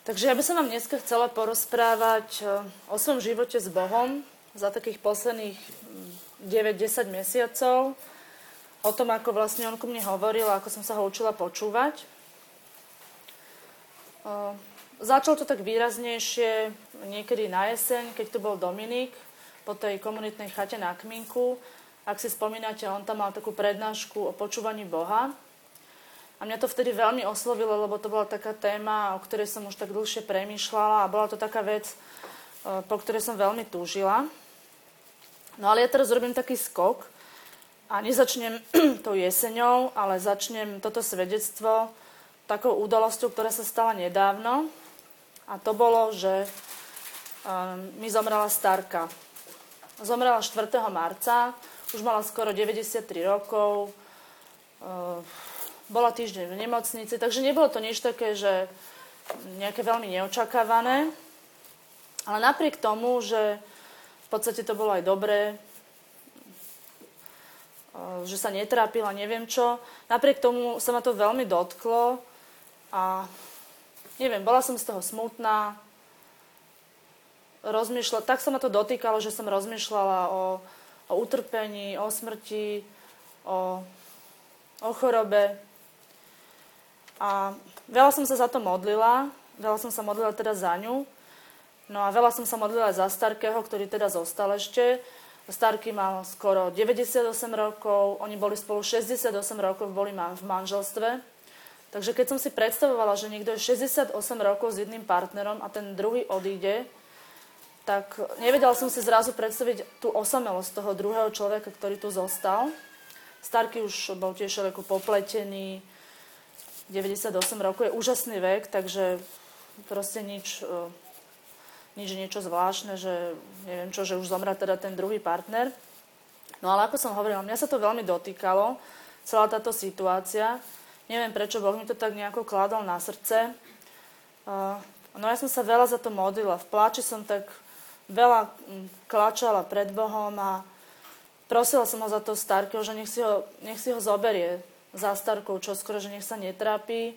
Takže ja by som vám dneska chcela porozprávať o svojom živote s Bohom za takých posledných 9-10 mesiacov, o tom, ako vlastne on ku mne hovoril a ako som sa ho učila počúvať. Začalo to tak výraznejšie niekedy na jeseň, keď tu bol Dominik po tej komunitnej chate na Kminku. Ak si spomínate, on tam mal takú prednášku o počúvaní Boha. A mňa to vtedy veľmi oslovilo, lebo to bola taká téma, o ktorej som už tak dlhšie premýšľala a bola to taká vec, po ktorej som veľmi túžila. No ale ja teraz robím taký skok a nezačnem tou jeseňou, ale začnem toto svedectvo takou udalosťou, ktorá sa stala nedávno. A to bolo, že mi zomrela starka. Zomrela 4. marca, už mala skoro 93 rokov, bola týždeň v nemocnici, takže nebolo to nič také, že nejaké veľmi neočakávané. Ale napriek tomu, že v podstate to bolo aj dobré, že sa netrápila, neviem čo, napriek tomu sa ma to veľmi dotklo a neviem, bola som z toho smutná, tak sa ma to dotýkalo, že som rozmýšľala o utrpení, o smrti, o chorobe. A veľa som sa za to modlila, veľa som sa modlila teda za ňu, no a veľa som sa modlila aj za starkého, ktorý teda zostal ešte. Starký mal skoro 98 rokov, oni boli spolu 68 rokov, boli v manželstve. Takže keď som si predstavovala, že niekto je 68 rokov s jedným partnerom a ten druhý odíde, tak nevedela som si zrazu predstaviť tú osamelosť toho druhého človeka, ktorý tu zostal. Starký už bol tiež ako popletený, 98 rokov je úžasný vek, takže proste niečo zvláštne, že neviem čo, že už zomrá teda ten druhý partner. No ale ako som hovorila, mňa sa to veľmi dotýkalo, celá táto situácia. Neviem prečo, Boh mi to tak nejako kládol na srdce. No ja som sa veľa za to modlila. V pláči som tak veľa klačala pred Bohom a prosila som ho za to starkého, že nech si ho zoberie za starkou čoskoro, že nech sa netrápi.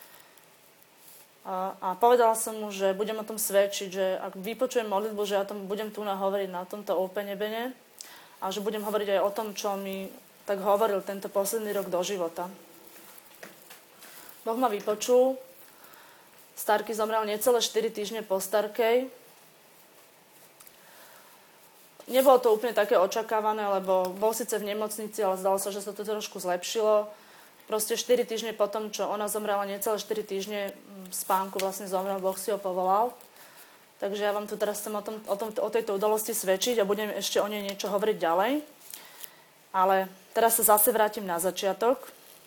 A povedala som mu, že budem o tom svedčiť, že ak vypočujem modlitbu, že ja tom budem tu hovoriť na tomto OpenEbene a že budem hovoriť aj o tom, čo mi tak hovoril tento posledný rok do života. Boh ma vypočul. Starký zomrel necelé 4 týždne po starkej. Nebolo to úplne také očakávané, lebo bol síce v nemocnici, ale zdalo sa, že sa to trošku zlepšilo. Proste 4 týždne potom, čo ona zomrela, necelé 4 týždne v spánku vlastne zomrel, Boh si ho povolal. Takže ja vám tu teraz chcem o tejto udalosti svedčiť a budem ešte o nej niečo hovoriť ďalej. Ale teraz sa zase vrátim na začiatok.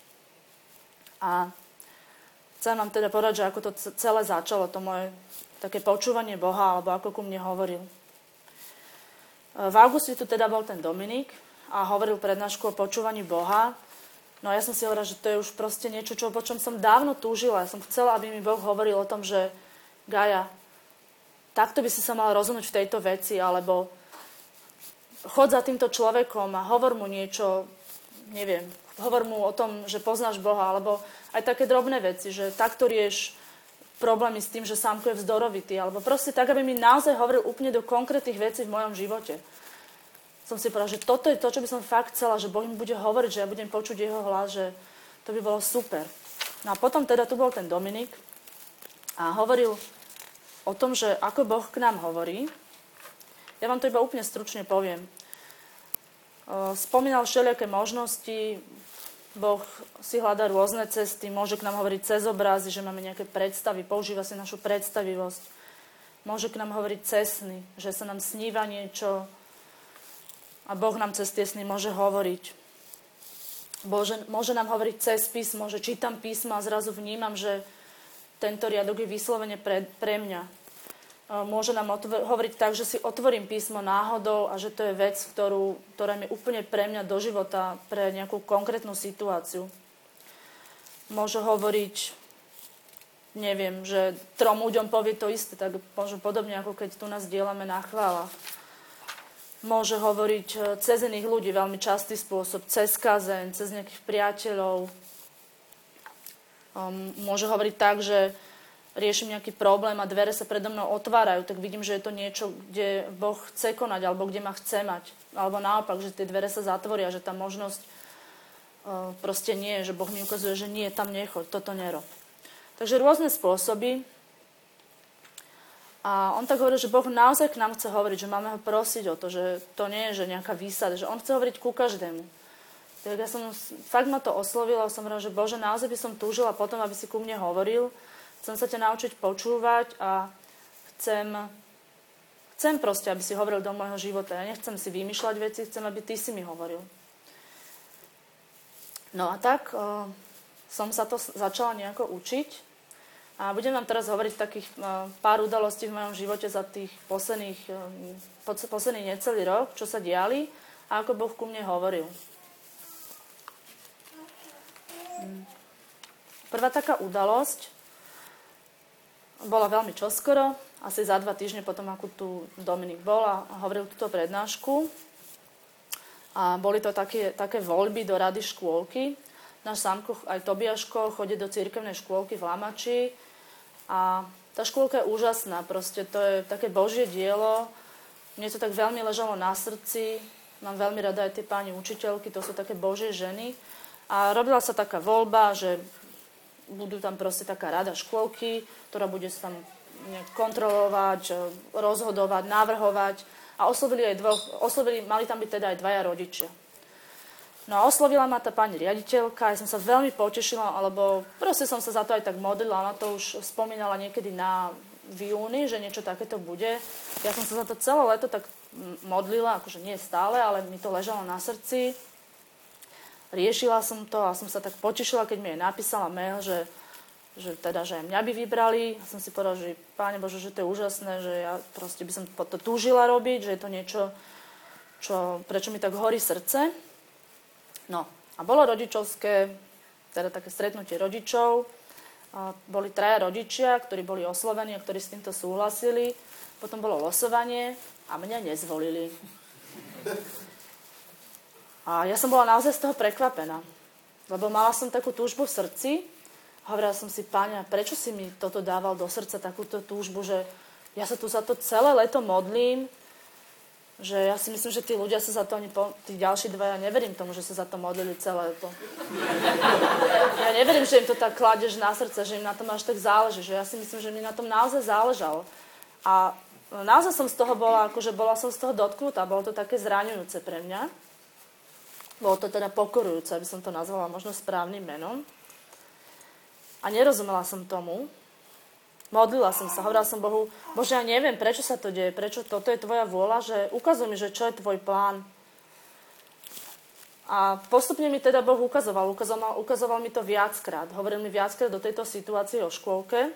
A chcem vám teda povedať, že ako to celé začalo, to moje také počúvanie Boha, alebo ako ku mne hovoril. V auguste tu teda bol ten Dominik a hovoril prednášku o počúvaní Boha. No a ja som si hovorila, že to je už proste niečo, po čom som dávno túžila. Ja som chcela, aby mi Boh hovoril o tom, že Gaja, takto by si sa mala rozhodnúť v tejto veci, alebo chod za týmto človekom a hovor mu niečo, neviem, hovor mu o tom, že poznáš Boha, alebo aj také drobné veci, že takto rieš problémy s tým, že Sámko je vzdorovitý, alebo proste tak, aby mi naozaj hovoril úplne do konkrétnych vecí v mojom živote. Som si povedala, že toto je to, čo by som fakt chcela, že Boh mi bude hovoriť, že ja budem počuť jeho hlas, že to by bolo super. No a potom teda tu bol ten Dominik a hovoril o tom, že ako Boh k nám hovorí. Ja vám to iba úplne stručne poviem. Spomínal všelijaké možnosti, Boh si hľadá rôzne cesty, môže k nám hovoriť cez obrazy, že máme nejaké predstavy, používa si našu predstavivosť. Môže k nám hovoriť cez sny, že sa nám sníva niečo, a Boh nám cez tie sny môže hovoriť. Môže nám hovoriť cez písmo, že čítam písmo a zrazu vnímam, že tento riadok je vyslovene pre mňa. Môže nám hovoriť tak, že si otvorím písmo náhodou a že to je vec, ktorá je úplne pre mňa do života, pre nejakú konkrétnu situáciu. Môže hovoriť, neviem, že 3 ľuďom povie to isté, tak možno podobne, ako keď tu nás dielame na chválach. Môže hovoriť cez iných ľudí, veľmi častý spôsob, cez kazeň, cez nejakých priateľov. Môže hovoriť tak, že riešim nejaký problém a dvere sa predo mnou otvárajú, tak vidím, že je to niečo, kde Boh chce konať, alebo kde ma chce mať. Alebo naopak, že tie dvere sa zatvoria, že tá možnosť proste nie, že Boh mi ukazuje, že nie, tam nechoď, toto nerob. Takže rôzne spôsoby. A on tak hovorí, že Boh naozaj k nám chce hovoriť, že máme ho prosiť o to, že to nie je že nejaká výsada, že on chce hovoriť ku každému. Tak ja som, fakt ma to oslovilo, som hovorila, že Bože, naozaj by som túžila potom, aby si ku mne hovoril. Chcem sa ťa naučiť počúvať a chcem proste, aby si hovoril do môjho života. Ja nechcem si vymýšľať veci, chcem, aby ty si mi hovoril. No a tak som sa to začala nejako učiť. A budem vám teraz hovoriť takých pár udalostí v mojom živote za tých posledný necelý rok, čo sa diali a ako Boh ku mne hovoril. Prvá taká udalosť bola veľmi čoskoro, asi za 2 týždne potom, ako tu Dominik bol a hovoril túto prednášku. A boli to také voľby do rady škôlky. Náš Sámko, aj Tobiaško, chodí do cirkevnej škôlky v Lamači. A tá škôlka je úžasná, proste to je také Božie dielo. Mne to tak veľmi ležalo na srdci. Mám veľmi rada aj tie páni učiteľky, to sú také Božie ženy. A robila sa taká voľba, že budú tam proste taká rada škôlky, ktorá bude sa tam kontrolovať, rozhodovať, navrhovať. A mali tam byť teda aj 2 rodičia. No a oslovila ma tá pani riaditeľka, ja som sa veľmi potešila, alebo proste som sa za to aj tak modlila, ona to už spomínala niekedy v júni, že niečo takéto bude. Ja som sa za to celé leto tak modlila, akože nie stále, ale mi to ležalo na srdci. Riešila som to a som sa tak potešila, keď mi aj napísala mail, že aj mňa by vybrali. A som si povedala, že Páne Bože, že to je úžasné, že ja proste by som to túžila robiť, že je to niečo, prečo mi tak horí srdce. No a bolo rodičovské, teda také stretnutie rodičov. Boli 3 rodičia, ktorí boli oslovení a ktorí s týmto súhlasili. Potom bolo losovanie a mňa nezvolili. A ja som bola naozaj z toho prekvapená, lebo mala som takú túžbu v srdci. Hovorila som si, Páne, prečo si mi toto dával do srdca, takúto túžbu, že ja sa tu za to celé leto modlím, že ja si myslím, že tí ľudia sa za to tí ďalší 2, ja neverím tomu, že sa za to modlili celé leto. Ja neverím, že im to tak kladeš na srdce, že im na tom až tak záleží, že ja si myslím, že mi na tom naozaj záležalo. A naozaj som z toho bola som z toho dotknutá, bolo to také zraňujúce pre mňa. Bolo to teda pokorujúce, aby som to nazvala možno správnym menom. A nerozumela som tomu. Modlila som sa, hovorila som Bohu, Bože, ja neviem, prečo sa to deje, prečo toto je tvoja vôľa, že ukazuj mi, že čo je tvoj plán. A postupne mi teda Boh ukazoval mi to viackrát. Hovoril mi viackrát do tejto situácie o škôlke.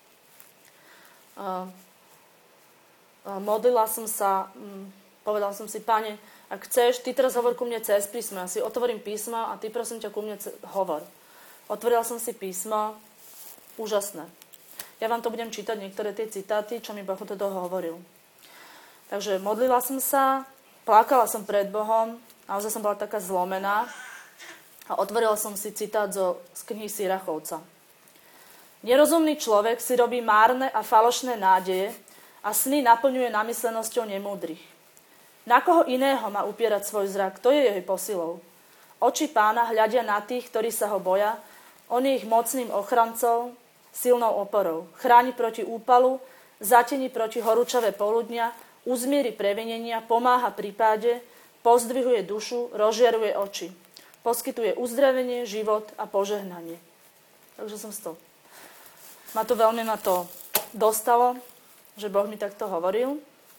Modlila som sa, povedala som si, Pane, ak chceš, ty teraz hovor ku mne cez písmo. Ja si otvorím písmo a ty prosím ťa ku mne hovor. Otvorila som si písmo. Úžasné. Ja vám to budem čítať, niektoré tie citáty, čo mi Boh do toho hovoril. Takže modlila som sa, plakala som pred Bohom, naozaj som bola taká zlomená a otvorila som si citát z knihy Sirachovca. Nerozumný človek si robí márne a falošné nádeje a sny naplňuje namyslenosťou nemúdrych. Na koho iného má upierať svoj zrak? To je jej posilou. Oči Pána hľadia na tých, ktorí sa ho boja. On je ich mocným ochrancom, silnou oporou. Chráni proti úpalu, zatení proti horúčavé poludnia, uzmierí previnenia, pomáha pri páde, pozdvihuje dušu, rozžiaruje oči. Poskytuje uzdravenie, život a požehnanie. Takže som to. Veľmi ma to dostalo, že Boh mi takto hovoril.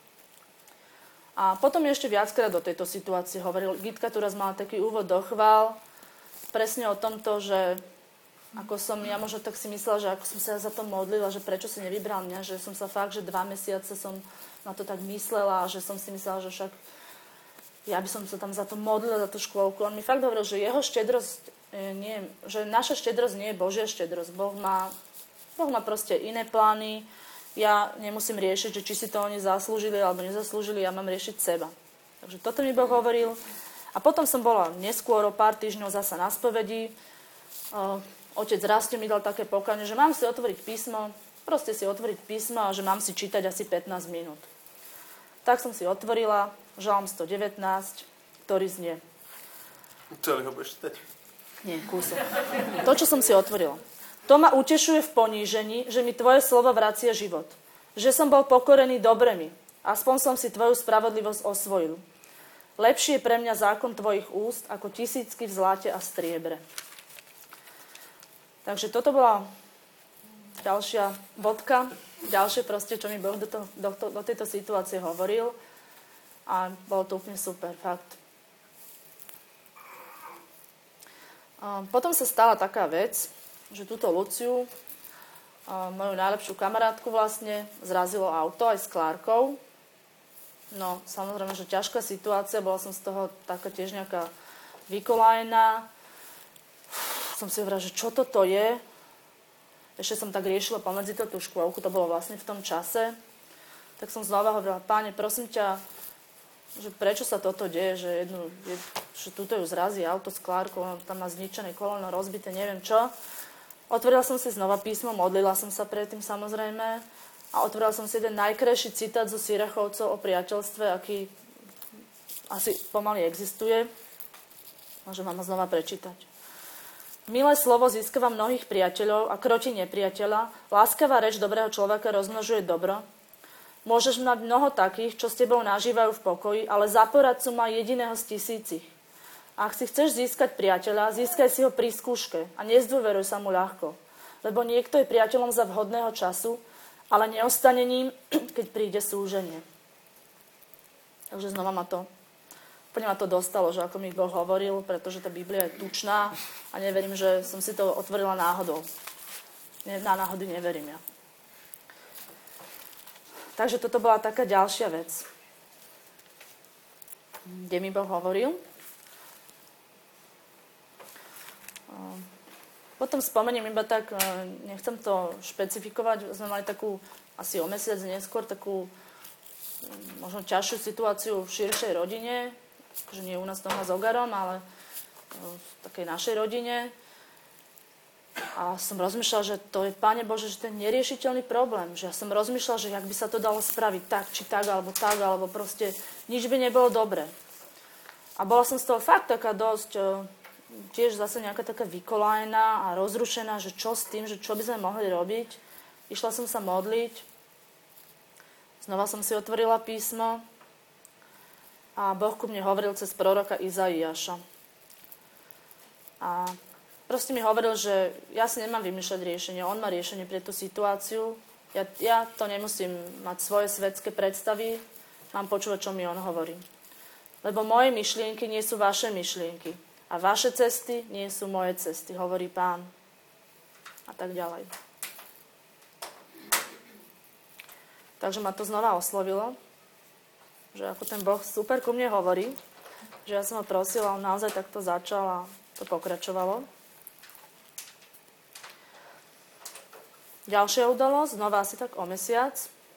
A potom ešte viackrát do tejto situácie hovoril. Gitka tu raz mala taký úvod do chvál, presne o tomto, že ako som, ja možno tak si myslela, že ako som sa za to modlila, že prečo si nevybral mňa, že som sa fakt, že 2 mesiace som na to tak myslela a že som si myslela, že však ja by som sa tam za to modlila, za tú škôlku. On mi fakt hovoril, že jeho štedrosť nie, že naša štedrosť nie je Božia štedrosť. Boh má proste iné plány. Ja nemusím riešiť, že či si to oni zaslúžili alebo nezaslúžili, ja mám riešiť seba. Takže toto mi Boh hovoril. A potom som bola neskôr o pár týždňov zasa na spovedi. Otec Rastio mi dal také pokánie, že mám si otvoriť písmo, proste si otvoriť písmo a že mám si čítať asi 15 minút. Tak som si otvorila Žalm 119, ktorý znie. Celý ho budeš čítať? Nie, kúsok. To, čo som si otvorila. To ma utešuje v ponížení, že mi tvoje slovo vracia život. Že som bol pokorený dobremi. Aspoň som si tvoju spravodlivosť osvojil. Lepší je pre mňa zákon tvojich úst ako tisícky v zlate a striebre. Takže toto bola ďalšia bodka. Ďalšie proste, čo mi Boh do tejto situácie hovoril. A bolo to úplne super, fakt. Potom sa stala taká vec, že túto Luciu, moju najlepšiu kamarátku vlastne, zrazilo auto aj s Klárkou. No, samozrejme, že ťažká situácia, bola som z toho taká tiež nejaká vykolajná. Som si hovorila, že čo toto je. Ešte som tak riešila pomedzi tú škôlku, to bolo vlastne v tom čase. Tak som znova hovorila, Páne, prosím ťa, že prečo sa toto deje, že tuto ju zrazí auto s Klárkou, tam má zničené koleno, rozbité, neviem čo. Otvorila som si znova písmo, modlila som sa predtým samozrejme a otvorila som si jeden najkrajší citát zo Sirachovcov o priateľstve, aký asi pomaly existuje. Môžem vám ho znova prečítať. Milé slovo získava mnohých priateľov a kroti nepriateľa. Láskavá reč dobrého človeka rozmnožuje dobro. Môžeš mať mnoho takých, čo s tebou nažívajú v pokoji, ale za poradcu má jediného z tisícich. Ak si chceš získať priateľa, získaj si ho pri skúške a nezdôveruj sa mu ľahko. Lebo niekto je priateľom za vhodného času, ale neostane ním, keď príde súženie. Takže znova úplne ma to dostalo, že ako mi Boh hovoril, pretože tá Biblia je tučná a neverím, že som si to otvorila náhodou. Na náhody neverím ja. Takže toto bola taká ďalšia vec, kde mi Boh hovoril. Potom spomeniem iba tak, nechcem to špecifikovať, sme mali takú, asi o mesiac neskôr, takú možno ťažšiu situáciu v širšej rodine, akože nie u nás doma s Ogarom, ale v takej našej rodine. A som rozmýšľala, že to je, Pane Bože, že to je neriešiteľný problém. Že ja som rozmýšľala, že jak by sa to dalo spraviť tak, či tak, alebo proste nič by nebolo dobre. A bola som z toho fakt taká dosť, tiež zase nejaká taká vykolajná a rozrušená, že čo s tým, že čo by sme mohli robiť. Išla som sa modliť. Znova som si otvorila písmo a Boh ku mne hovoril cez proroka Izaiáša. A proste mi hovoril, že ja si nemám vymýšľať riešenie, on má riešenie pre tú situáciu. Ja to nemusím mať svoje svetské predstavy, mám počúvať, čo mi on hovorí. Lebo moje myšlienky nie sú vaše myšlienky. A vaše cesty nie sú moje cesty, hovorí Pán. A tak ďalej. Takže ma to znova oslovilo, že ako ten Boh super ku mne hovorí, že ja som ho prosila, on naozaj takto začal a to pokračovalo. Ďalšia udalosť, znova asi tak o mesiac.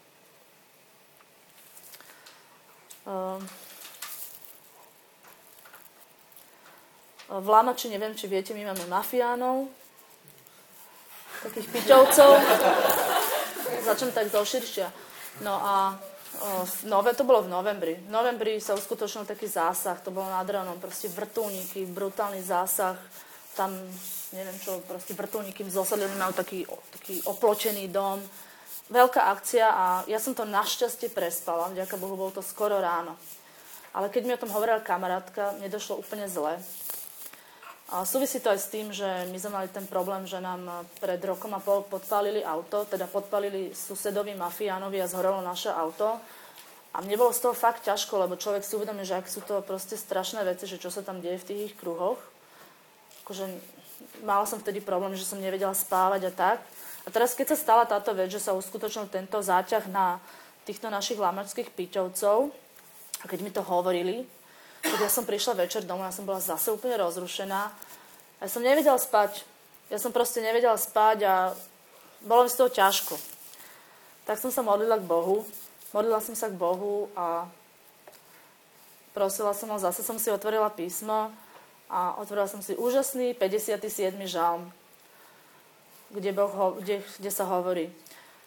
V Lamači, neviem, či viete, my máme mafiánov, takých piťovcov. Začnem tak zoširšia. No a to bolo v novembri. V novembri sa uskutočnil taký zásah, to bolo nad ranom, proste vrtuľníky, brutálny zásah. Tam, neviem čo, proste vrtuľníky zosadili, majú taký opločený dom. Veľká akcia a ja som to našťastie prespala, vďaka Bohu, bolo to skoro ráno. Ale keď mi o tom hovorila kamarátka, mne došlo úplne zle. A súvisí to aj s tým, že my sme mali ten problém, že nám pred rokom a pol podpálili auto, teda podpálili susedovi mafiánovi a zhorelo naše auto. A mne bolo z toho fakt ťažko, lebo človek si uvedomí, že ak sú to proste strašné veci, že čo sa tam deje v tých ich kruhoch. Akože mala som vtedy problém, že som nevedela spávať a tak. A teraz, keď sa stala táto vec, že sa uskutočnil tento záťah na týchto našich lamačských piťovcov, a keď mi to hovorili, tak ja som prišla večer domov, ja som bola zase úplne rozrušená. Ja som nevedela spať. Ja som proste nevedela spať a bolo mi z toho ťažko. Tak som sa modlila k Bohu. Modlila som sa k Bohu a prosila som ho, zase som si otvorila písmo a otvorila som si úžasný 57. žalm, kde sa hovorí: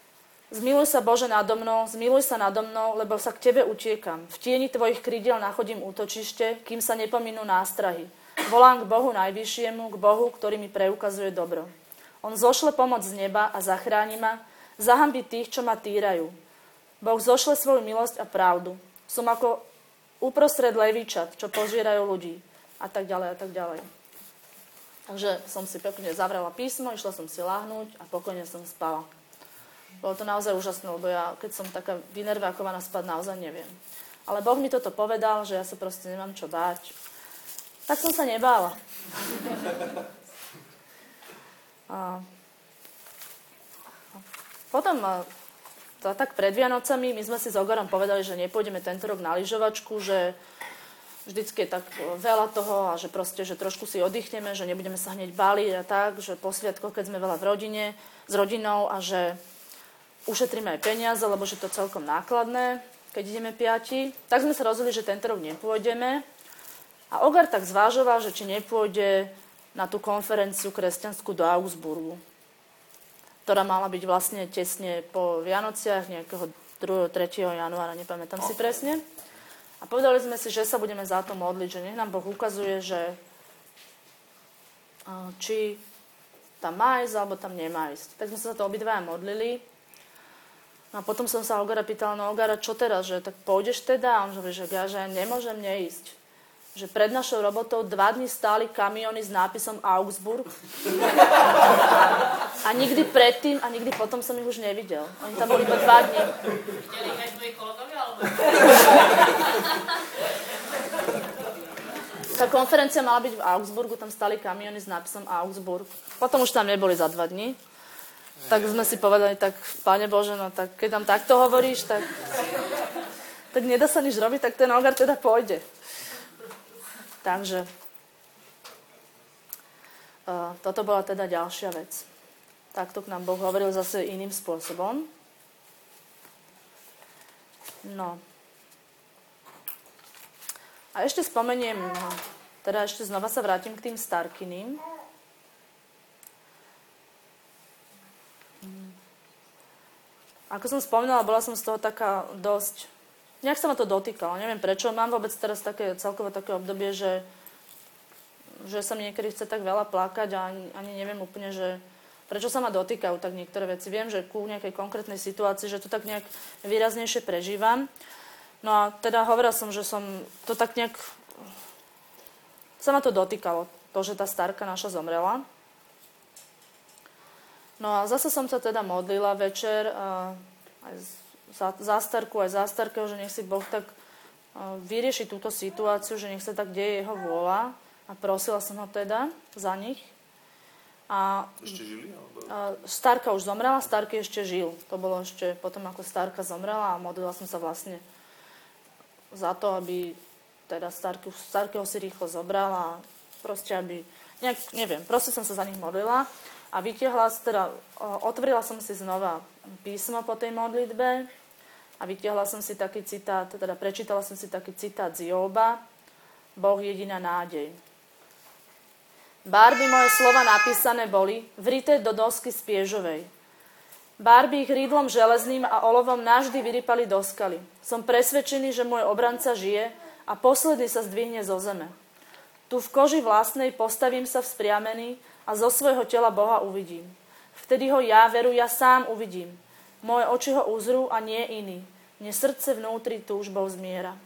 Zmiluj sa, Bože, nado mnou, zmiluj sa nado mnou, lebo sa k Tebe utiekam. V tieni Tvojich krídiel nachodím útočište, kým sa nepominú nástrahy. Volám k Bohu najvyššiemu, k Bohu, ktorý mi preukazuje dobro. On zošle pomoc z neba a zachráni ma, zahanbí tých, čo ma týrajú. Boh zošle svoju milosť a pravdu. Som ako uprostred levíčat, čo požierajú ľudí. A tak ďalej, a tak ďalej. Takže som si pekne zavrela písmo, išla som si láhnuť a pokojne som spala. Bolo to naozaj úžasné, lebo ja, keď som taká vynervákovaná spať, naozaj neviem. Ale Boh mi toto povedal, že ja sa proste nemám čo báť. Tak som sa nebála. Potom, tak pred Vianocami, my sme si s Ogarom povedali, že nepôjdeme tento rok na lyžovačku, že vždycky je tak veľa toho a že proste, že trošku si oddychneme, že nebudeme sa hneď báliť a tak, že po sviatkoch, keď sme veľa v rodine, s rodinou a že ušetríme aj peniaze, lebo že to je celkom nákladné, keď ideme 5. Tak sme sa rozhodli, že tento rok nepôjdeme. A Ogar tak zvážoval, že či nepôjde na tú konferenciu kresťanskú do Augsburgu, ktorá mala byť vlastne tesne po Vianociach, nejakého 2. 3. januára, nepamätám si presne. A povedali sme si, že sa budeme za to modliť, že nech nám Boh ukazuje, že či tam má ísť, alebo tam nemá ísť. Tak sme sa za to obidvaja modlili. A potom som sa Ogara pýtala, no Ogara, čo teraz, že tak pôjdeš teda? A on že ja nemôžem neísť. Že pred našou robotou 2 dni stáli kamiony s nápisom Augsburg. A nikdy predtým a nikdy potom som ich už nevidel. Oni tam boli iba 2 dni. Videli ich aj tvoji kolegovia, alebo? Tá konferencia mala byť v Augsburgu, tam stáli kamiony s nápisom Augsburg. Potom už tam neboli za 2 dni. Tak sme si povedali, tak Pane Bože, no tak keď tam takto hovoríš, tak nedá sa nič robiť, tak ten Ogar teda pôjde. Takže toto bola teda ďalšia vec. Takto k nám Boh hovoril zase iným spôsobom. No. A ešte spomeniem, teda ešte znova sa vrátim k tým Starkyným. Ako som spomínala, bola som z toho taká dosť... Nejak sa ma to dotýkalo, neviem prečo. Mám vôbec teraz celkovo také obdobie, že sa mi niekedy chce tak veľa plakať a ani neviem úplne, že prečo sa ma dotýkajú tak niektoré veci. Viem, že ku nejakej konkrétnej situácii, že to tak nejak výraznejšie prežívam. No a teda hovorila som, že som to tak nejak... Sa ma to dotýkalo, to, že tá starka naša zomrela. No a zase som sa teda modlila večer aj za starku, aj za starkého, že nech si Boh tak vyrieši túto situáciu, že nech sa tak deje jeho vôľa. A prosila som ho teda za nich. A ešte žili? Starka už zomrela, Starky ešte žil. To bolo ešte potom, ako Starka zomrela a modlila som sa vlastne za to, aby teda Starkého si rýchlo zobrala a proste aby... neviem, proste som sa za nich modlila. A otvorila som si znova písmo po tej modlitbe a vytiahla som si taký citát, teda prečítala som si taký citát z Jóba, Boh jediná nádej. Bár by moje slova napísané boli, vrité do dosky spiežovej. Bár by ich rýdlom železným a olovom navždy vyrypali do skaly. Som presvedčený, že môj obranca žije a posledný sa zdvihne zo zeme. Tu v koži vlastnej postavím sa vzpriamený a zo svojho tela Boha uvidím. Vtedy ho ja, veru, ja sám uvidím. Moje oči ho uzrú a nie iný. Mne srdce vnútri túžbou zmiera.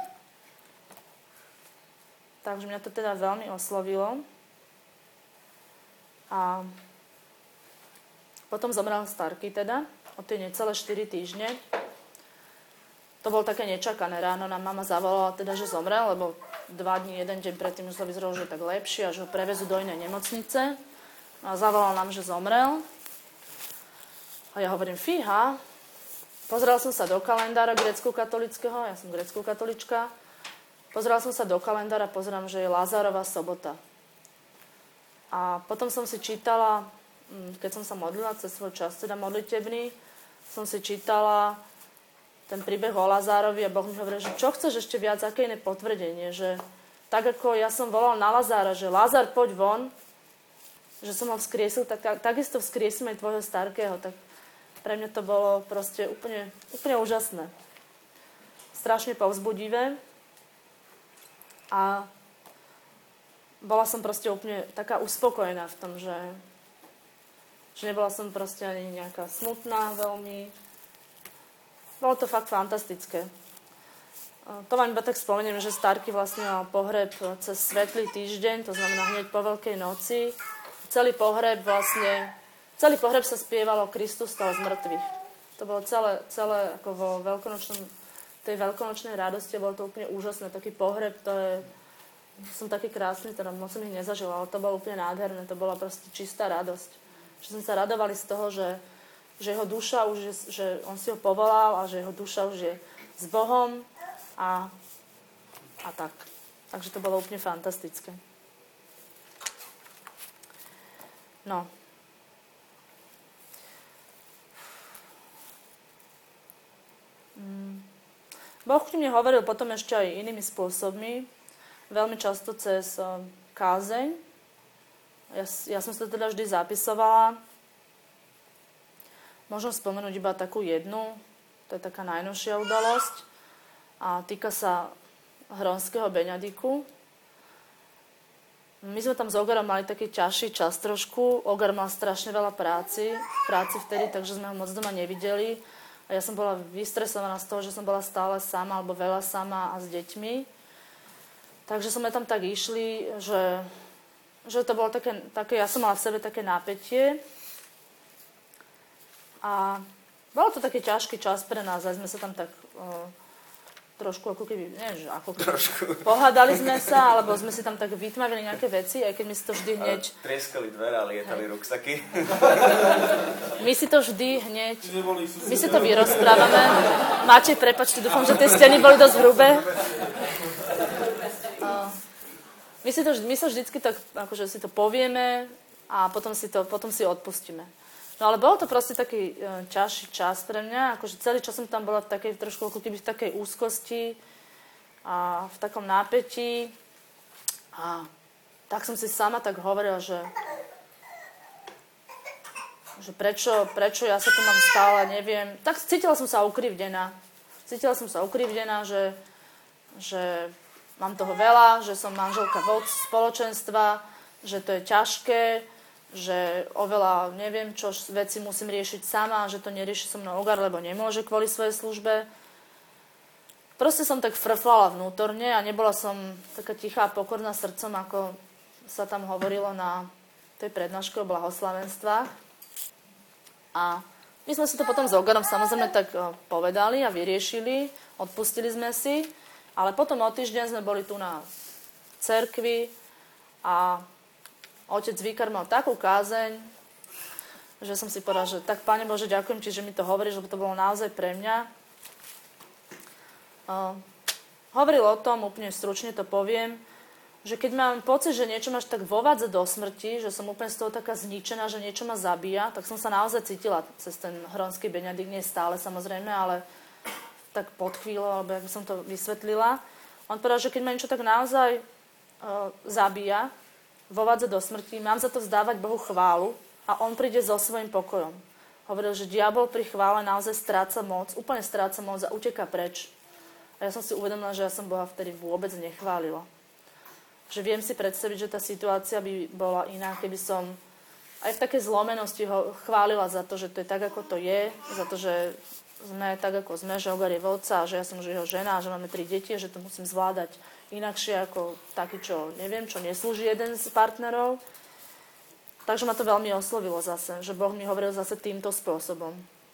Takže mňa to teda veľmi oslovilo. A potom zomrel Starky teda, od tie necelé 4 týždne. To bolo také nečakané. Ráno nám mama zavolala teda, že zomrel, lebo 2 dní, 1 deň predtým už sa vyzeralo, že je tak lepšie a že ho prevezú do inej nemocnice. A zavolal nám, že zomrel. A ja hovorím, fíha. Pozrela som sa do kalendára grécko-katolického, ja som grécko-katolička. Pozrela som sa do kalendára, pozerám, že je Lázarová sobota. A potom som si čítala, keď som sa modlila cez svoj čas, teda modlitebný, som si čítala ten príbeh o Lázárovi a Boh mi hovoril, že čo chceš ešte viac, aké iné potvrdenie, že tak ako ja som volal na Lázára, že Lázar, poď von, že som ho vzkriesil, tak takisto vzkriesím aj tvojho Starkého. Tak pre mňa to bolo proste úplne úžasné. Strašne povzbudivé. A bola som proste úplne taká uspokojená v tom, že nebola som proste ani nejaká smutná veľmi. Bolo to fakt fantastické. To vám iba tak spomeniem, že Starky vlastne mal pohreb cez Svetlý týždeň, to znamená hneď po Veľkej noci. Celý pohreb sa spievalo Kristus stal z mŕtvych. To bolo celé ako vo tej veľkonočnej radosti, bolo to úplne úžasné. Taký pohreb, som taký krásny, teda moc som ich nezažila, ale to bolo úplne nádherné, to bola proste čistá radosť. Že sme sa radovali z toho, že jeho duša už že on si ho povolal a že jeho duša už je s Bohom a tak. Takže to bolo úplne fantastické. No. Boh k mne hovoril potom ešte aj inými spôsobmi, veľmi často cez kázeň. Ja som sa teda vždy zapisovala. Môžem spomenúť iba takú jednu, to je taká najnovšia udalosť a týka sa Hronského Beňadiku. My sme tam s Ogarom mali taký ťažší čas trošku. Ogar mal strašne veľa práci vtedy, takže sme ho moc doma nevideli. A ja som bola vystresovaná z toho, že som bola stále sama, alebo veľa sama a s deťmi. Takže sme tam tak išli, že to bolo také, ja som mala v sebe také napätie. A bolo to taký ťažký čas pre nás, aj sme sa tam tak trošku ako keby, neviem, že ako keby pohádali sme sa, alebo sme si tam tak vytmavili nejaké veci, aj keď my si to vždy hneď... Trieskali dvere a lietali ruksaky. My si to vždy hneď... My si to vyrozprávame. Matej, prepáčte, dúfam, že tie steny boli dosť hrubé. My sa vždycky tak, akože si to povieme a potom si odpustíme. No ale bol to proste taký ťažší čas pre mňa, akože celý čas som tam bola v takej trošku ako keby v takej úzkosti a v takom nápätí a tak som si sama tak hovorila, že prečo ja sa tu mám stále, neviem. Tak cítila som sa ukrivdená. Že mám toho veľa, že som manželka spoločenstva, že to je ťažké, že oveľa neviem, čo veci musím riešiť sama, že to nerieši so mnou Ogar, lebo nemôže kvôli svojej službe. Proste som tak frflala vnútorne a nebola som taká tichá a pokorná srdcom, ako sa tam hovorilo na tej prednáške o blahoslavenstvách. A my sme si to potom s Ogarom samozrejme tak povedali a vyriešili, odpustili sme si, ale potom o týždeň sme boli tu na cerkvi a otec vikár mal takú kázeň, že som si povedala, že tak Pane Bože, ďakujem Ti, že mi to hovoríš, lebo to bolo naozaj pre mňa. Hovoril o tom, úplne stručne to poviem, že keď mám pocit, že niečo máš tak vovádza do smrti, že som úplne z toho taká zničená, že niečo ma zabíja, tak som sa naozaj cítila cez ten Hronský Beňadik, nie stále samozrejme, ale tak pod chvíľou, alebo jak by som to vysvetlila. On povedal, že keď ma niečo tak naozaj zabíja, vovádza do smrti, mám za to vzdávať Bohu chválu a on príde so svojím pokojom. Hovoril, že diabol pri chvále naozaj úplne stráca moc a uteká preč. A ja som si uvedomila, že ja som Boha vtedy vôbec nechválila. Že viem si predstaviť, že tá situácia by bola iná, keby som aj v takej zlomenosti ho chválila za to, že to je tak, ako to je, za to, že sme tak, ako sme, že Ogar je vodca a že ja som už jeho žena a že máme 3 deti a že to musím zvládať inakšie ako taký, čo neviem, čo neslúži jeden z partnerov. Takže ma to veľmi oslovilo zase, že Boh mi hovoril zase týmto spôsobom.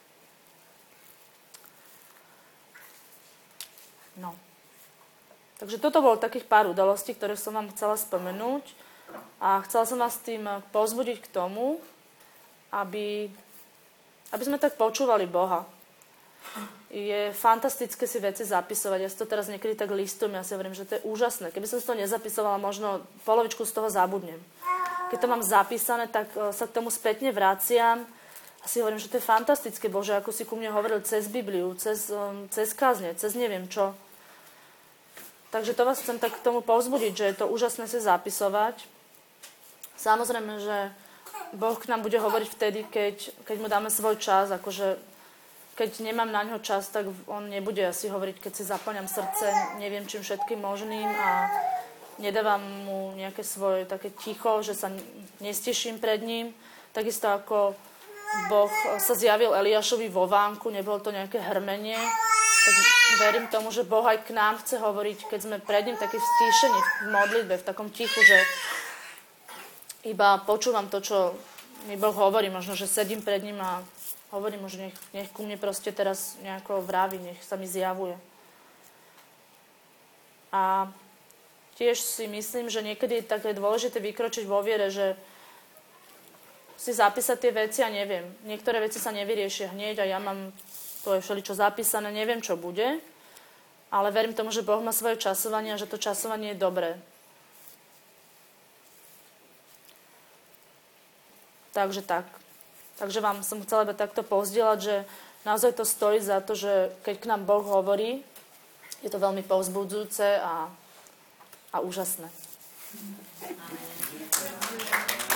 No. Takže toto bolo takých pár udalostí, ktoré som vám chcela spomenúť a chcela som vás tým povzbudiť k tomu, aby sme tak počúvali Boha. Je fantastické si veci zapisovať. Ja si to teraz niekedy tak listujem, ja si hovorím, že to je úžasné. Keby som si to nezapisovala, možno polovičku z toho zabudnem. Keď to mám zapísané, tak sa k tomu spätne vraciam a si hovorím, že to je fantastické, Bože, ako si ku mne hovoril cez Bibliu, cez kázne, cez neviem čo. Takže to vás chcem tak k tomu povzbudiť, že je to úžasné si zapisovať. Samozrejme, že Boh k nám bude hovoriť vtedy, keď mu dáme svoj čas, akože keď nemám na ňo čas, tak on nebude asi hovoriť, keď si zaplňam srdce, neviem čím všetkým možným a nedávam mu nejaké svoje také ticho, že sa nesteším pred ním. Takisto ako Boh sa zjavil Eliášovi vo vánku, nebolo to nejaké hrmenie, tak verím tomu, že Boh aj k nám chce hovoriť, keď sme pred ním takí stíšení v modlitbe, v takom tichu, že iba počúvam to, čo mi Boh hovorí. Možno, že sedím pred ním a hovorím mu, že nech ku mne proste teraz nejako vraví, nech sa mi zjavuje. A tiež si myslím, že niekedy je také dôležité vykročiť vo viere, že si zapísať tie veci a neviem. Niektoré veci sa nevyriešia hneď a ja mám to je všeličo zapísané, neviem, čo bude, ale verím tomu, že Boh má svoje časovanie a že to časovanie je dobré. Takže tak. Takže vám som chcela iba takto povzdielať, že naozaj to stojí za to, že keď k nám Boh hovorí, je to veľmi povzbudzujúce a úžasné.